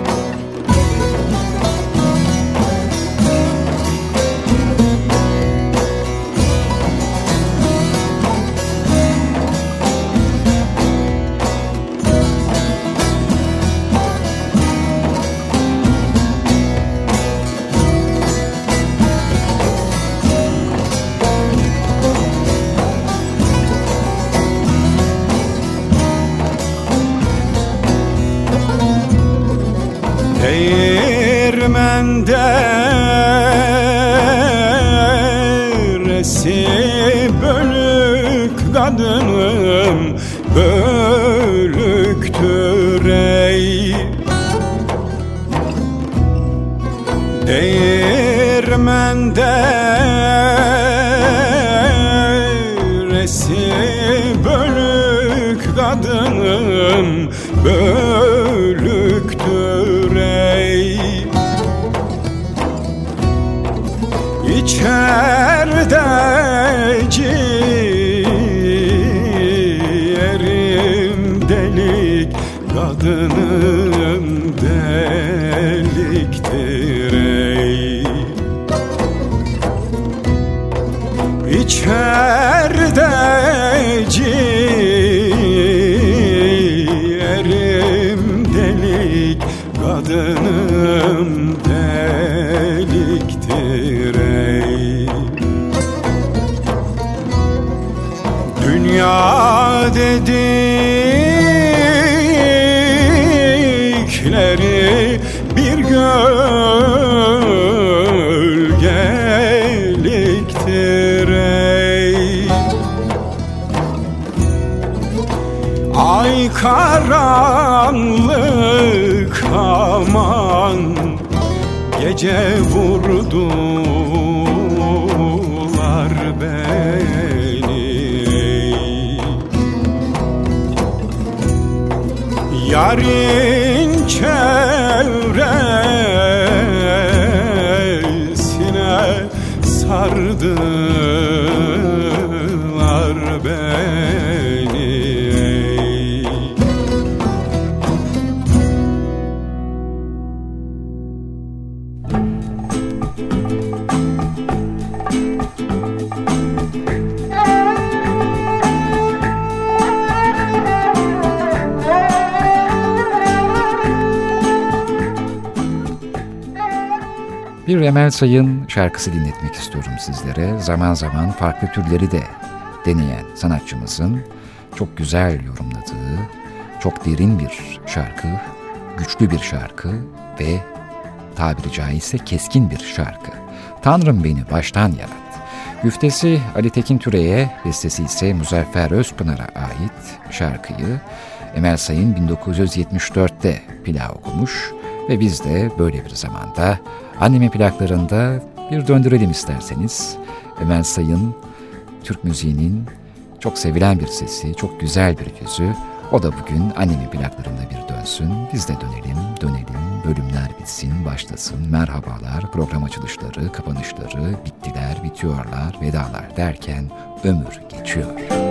Deresi bölük kadınım bölüktür ey. Değirmen deresi bölük kadınım bölüktür ey. İçeride ciğerim delik, kadınım deliktir ey. İçeride ciğerim delik, kadınım deliktir ey. Dünya dedikleri bir gölgeliktir ey. Ay karanlık aman, gece vurdular beni ey. Yarın çevresine sardılar beni ey. Bir Emel Sayın şarkısı dinletmek istiyorum sizlere. Zaman zaman farklı türleri de deneyen sanatçımızın çok güzel yorumladığı, çok derin bir şarkı, güçlü bir şarkı ve tabiri caizse keskin bir şarkı. Tanrım Beni Baştan Yarat. Güftesi Ali Tekin Türe'ye, bestesi ise Muzaffer Özpınar'a ait şarkıyı Emel Sayın bin dokuz yüz yetmiş dörtte plak okumuş ve biz de böyle bir zamanda Annemin plaklarında bir döndürelim isterseniz. Emel Sayın, Türk müziğinin çok sevilen bir sesi, çok güzel bir yüzü. O da bugün Annemin plaklarında bir dönsün. Biz de dönelim, dönelim, bölümler bitsin, başlasın. Merhabalar, program açılışları, kapanışları, bittiler, bitiyorlar, vedalar derken ömür geçiyor.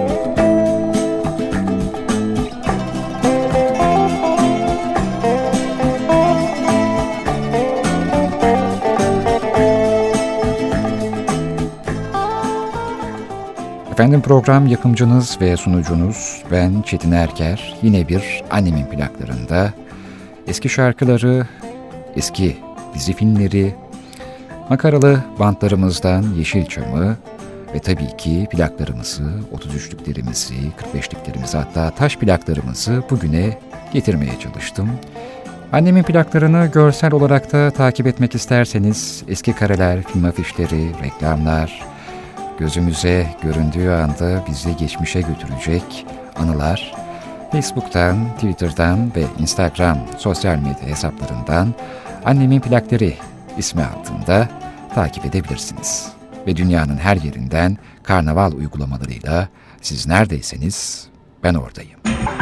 Efendim, program yapımcınız ve sunucunuz ben Çetin Erker. Yine bir Annemin plaklarında eski şarkıları, eski dizi filmleri, makaralı bantlarımızdan Yeşilçam'ı ve tabii ki plaklarımızı, otuz üçlüklerimizi, kırk beşliklerimizi, hatta taş plaklarımızı bugüne getirmeye çalıştım. Annemin plaklarını görsel olarak da takip etmek isterseniz eski kareler, film afişleri, reklamlar, gözümüze göründüğü anda bizi geçmişe götürecek anılar Facebook'tan, Twitter'dan ve Instagram sosyal medya hesaplarından Annemin Plakları ismi altında takip edebilirsiniz. Ve dünyanın her yerinden karnaval uygulamalarıyla siz neredeyseniz ben oradayım.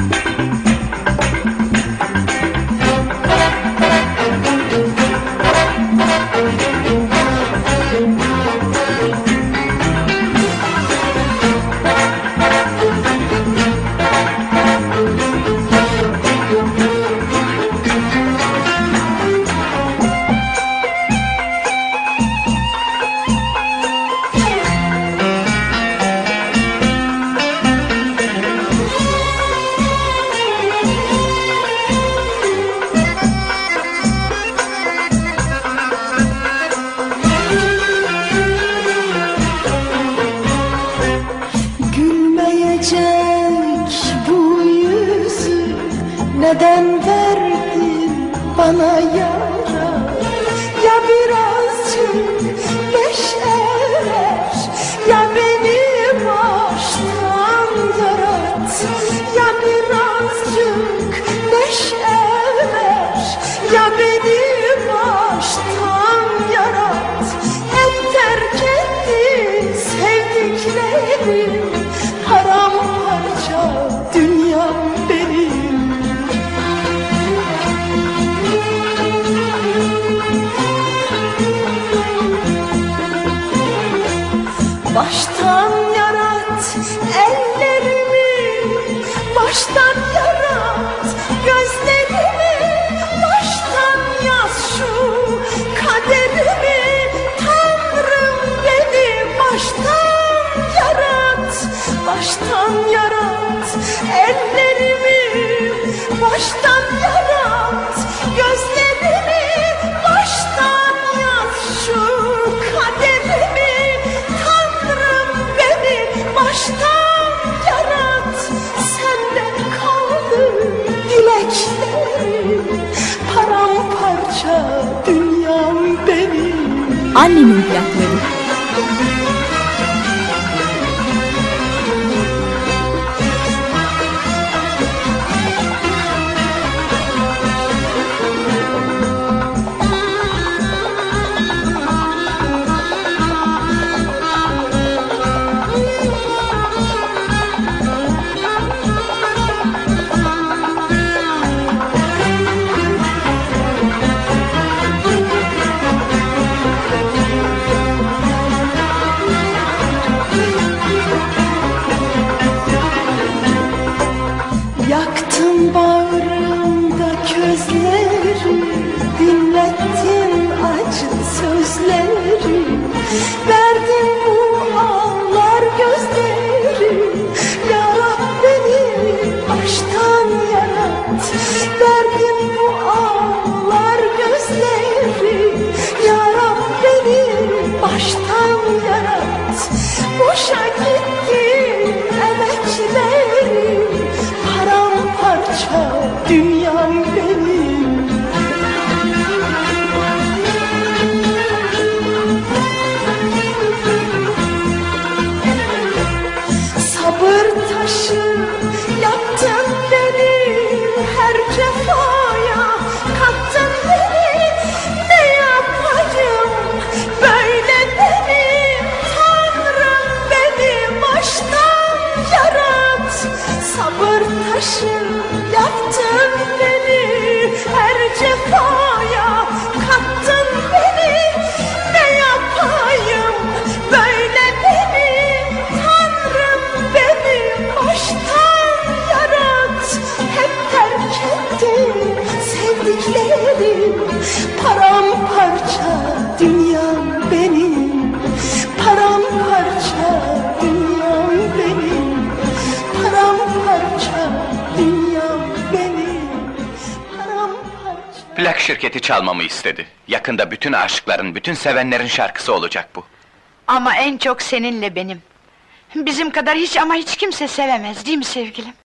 Neden verdin bana yara? Ya birazcık neşe ver, ya beni baştan yarat. Ya birazcık neşe ver, ya beni baştan yarat. Hep terk ettin sevdiklerim, paramparça dünyam benim. Baştan yarat ellerimi, baştan yarat gözlerimi, baştan yaz şu kaderimi. Tanrım beni baştan yarat, baştan yarat ellerimi, baştan yarat gözlerimi, baştan yaz şu kaderimi. Baştan yarat, senden kaldı dileklerim, paramparça dünyam benim. Annemin plakları. Yaktın bağrımda közleri, dinlettin acı sözleri. Verdin bu ağlar gözleri, yarat beni baştan yarat. Verdin bu ağlar gözleri, yarat beni baştan yarat. Boşa gitti emeklerim, paramparça dünyam benim. Sabır taşı yaptın beni, her cefaya kattın beni. Ne yapayım böyle beni, Tanrım beni baştan yarat. Sabır taşı yaptın beni, her cefaya kattın beni. Ne yapayım böyle beni, Tanrım beni baştan yarat. Hep terk ettin sevdiklerim, paramparça dünyam benim. Paramparça dünyam benim, paramparça dünyam benim, paramparça. Plak şirketi çalmamı istedi. Yakında bütün aşıkların, bütün sevenlerin şarkısı olacak bu. Ama en çok seninle benim. Bizim kadar hiç ama hiç kimse sevemez, değil mi sevgilim?